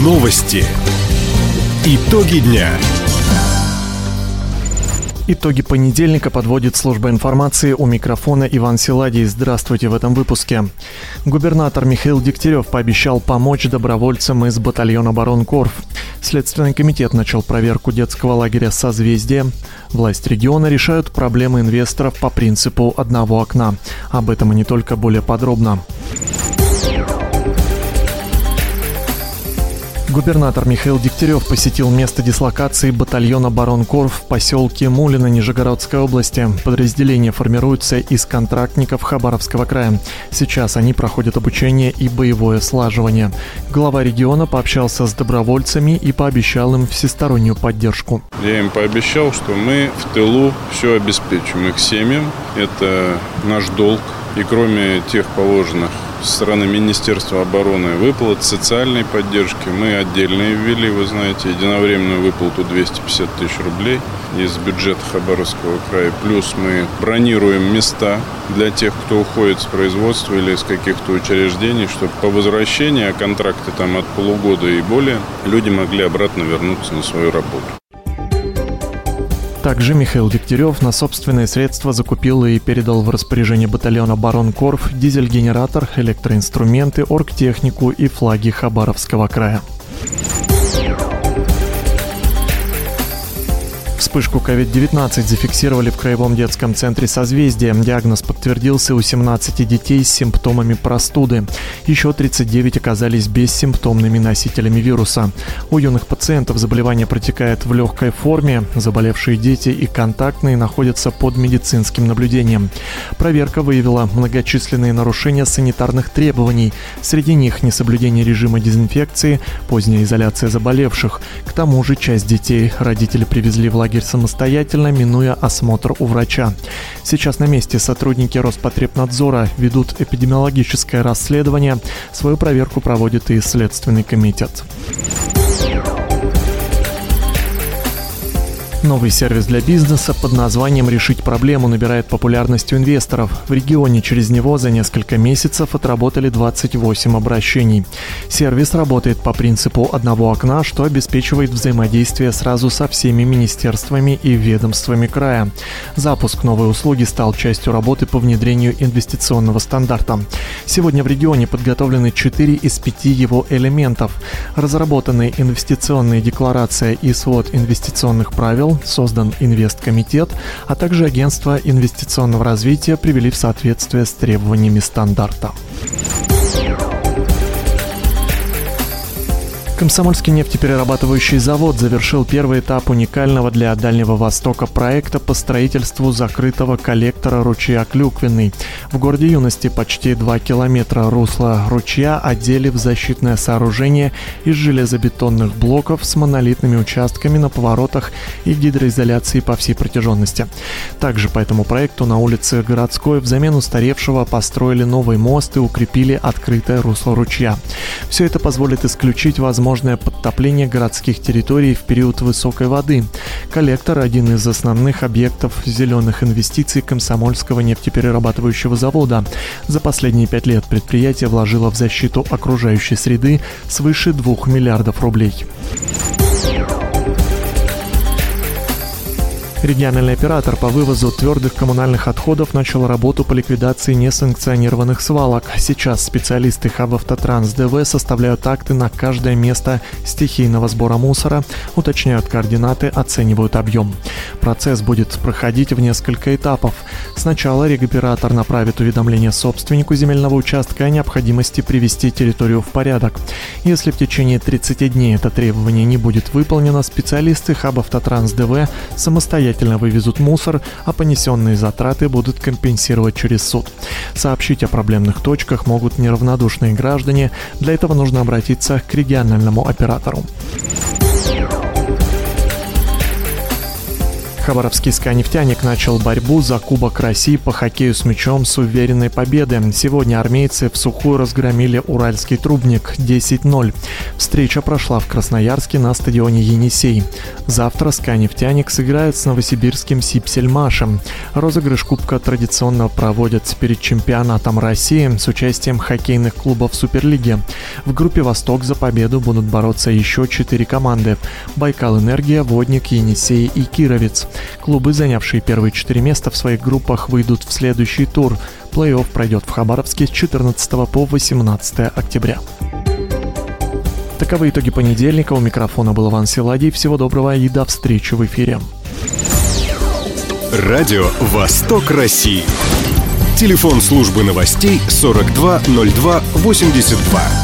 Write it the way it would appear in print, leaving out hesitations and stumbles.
Новости. Итоги дня. Итоги понедельника подводит служба информации. У микрофона Иван Силадий. Здравствуйте в этом выпуске. Губернатор Михаил Дегтярев пообещал помочь добровольцам из батальона «Оборонкорф». Следственный комитет начал проверку детского лагеря «Созвездие». Власти региона решают проблемы инвесторов по принципу одного окна. Об этом и не только, более подробно. Губернатор Михаил Дегтярев посетил место дислокации батальона «Оборонкорф» в поселке Мулино Нижегородской области. Подразделение формируется из контрактников Хабаровского края. Сейчас они проходят обучение и боевое слаживание. Глава региона пообщался с добровольцами и пообещал им всестороннюю поддержку. Я им пообещал, что мы в тылу все обеспечим их семьям. Это наш долг. И кроме тех положенных со стороны Министерства обороны выплат социальной поддержки, мы отдельно ввели, вы знаете, единовременную выплату 250 тысяч рублей из бюджета Хабаровского края. Плюс мы бронируем места для тех, кто уходит с производства или из каких-то учреждений, чтобы по возвращении, а контракты там от полугода и более, люди могли обратно вернуться на свою работу. Также Михаил Дегтярев на собственные средства закупил и передал в распоряжение батальона «Оборонкорф» дизель-генератор, электроинструменты, оргтехнику и флаги Хабаровского края. Вспышку COVID-19 зафиксировали в Краевом детском центре «Созвездие». Диагноз подтвердился у 17 детей с симптомами простуды. Еще 39 оказались бессимптомными носителями вируса. У юных пациентов заболевание протекает в легкой форме. Заболевшие дети и контактные находятся под медицинским наблюдением. Проверка выявила многочисленные нарушения санитарных требований. Среди них несоблюдение режима дезинфекции, поздняя изоляция заболевших. К тому же часть детей родители привезли в лагерь самостоятельно, минуя осмотр у врача. Сейчас на месте сотрудники Роспотребнадзора ведут эпидемиологическое расследование. Свою проверку проводит и Следственный комитет. Новый сервис для бизнеса под названием «Решить проблему» набирает популярность у инвесторов. В регионе через него за несколько месяцев отработали 28 обращений. Сервис работает по принципу одного окна, что обеспечивает взаимодействие сразу со всеми министерствами и ведомствами края. Запуск новой услуги стал частью работы по внедрению инвестиционного стандарта. Сегодня в регионе подготовлены 4 из 5 его элементов. Разработаны инвестиционная декларация и свод инвестиционных правил, создан инвесткомитет, а также агентство инвестиционного развития привели в соответствие с требованиями стандарта. Комсомольский нефтеперерабатывающий завод завершил первый этап уникального для Дальнего Востока проекта по строительству закрытого коллектора ручья Клюквенный. В городе Юности почти 2 километра русла ручья одели в защитное сооружение из железобетонных блоков с монолитными участками на поворотах и гидроизоляцией по всей протяженности. Также по этому проекту на улице Городской взамен устаревшего построили новый мост и укрепили открытое русло ручья. Все это позволит исключить возможное подтопление городских территорий в период высокой воды. Коллектор – один из основных объектов зеленых инвестиций Комсомольского нефтеперерабатывающего завода. За последние 5 лет предприятие вложило в защиту окружающей среды свыше 2 миллиардов рублей. Региональный оператор по вывозу твердых коммунальных отходов начал работу по ликвидации несанкционированных свалок. Сейчас специалисты Хабавтотранс ДВ составляют акты на каждое место стихийного сбора мусора, уточняют координаты, оценивают объем. Процесс будет проходить в несколько этапов. Сначала регоператор направит уведомление собственнику земельного участка о необходимости привести территорию в порядок. Если в течение 30 дней это требование не будет выполнено, специалисты Хабавтотранс ДВ самостоятельно вывезут мусор, а понесенные затраты будут компенсировать через суд. Сообщить о проблемных точках могут неравнодушные граждане. Для этого нужно обратиться к региональному оператору. Хабаровский «СКА-Нефтяник» начал борьбу за Кубок России по хоккею с мячом с уверенной победы. Сегодня армейцы в сухую разгромили Уральский Трубник 10-0. Встреча прошла в Красноярске на стадионе «Енисей». Завтра «СКА-Нефтяник» сыграет с новосибирским «Сипсельмашем». Розыгрыш Кубка традиционно проводят перед чемпионатом России с участием хоккейных клубов Суперлиги. В группе «Восток» за победу будут бороться еще 4 команды: «Байкал-Энергия», «Водник», «Енисей» и «Кировец». Клубы, занявшие первые 4 места в своих группах, выйдут в следующий тур. Плей-офф пройдет в Хабаровске с 14 по 18 октября. Таковы итоги понедельника. У микрофона был Иван Силадий. Всего доброго и до встречи в эфире. Радио «Восток России». Телефон службы новостей 420282.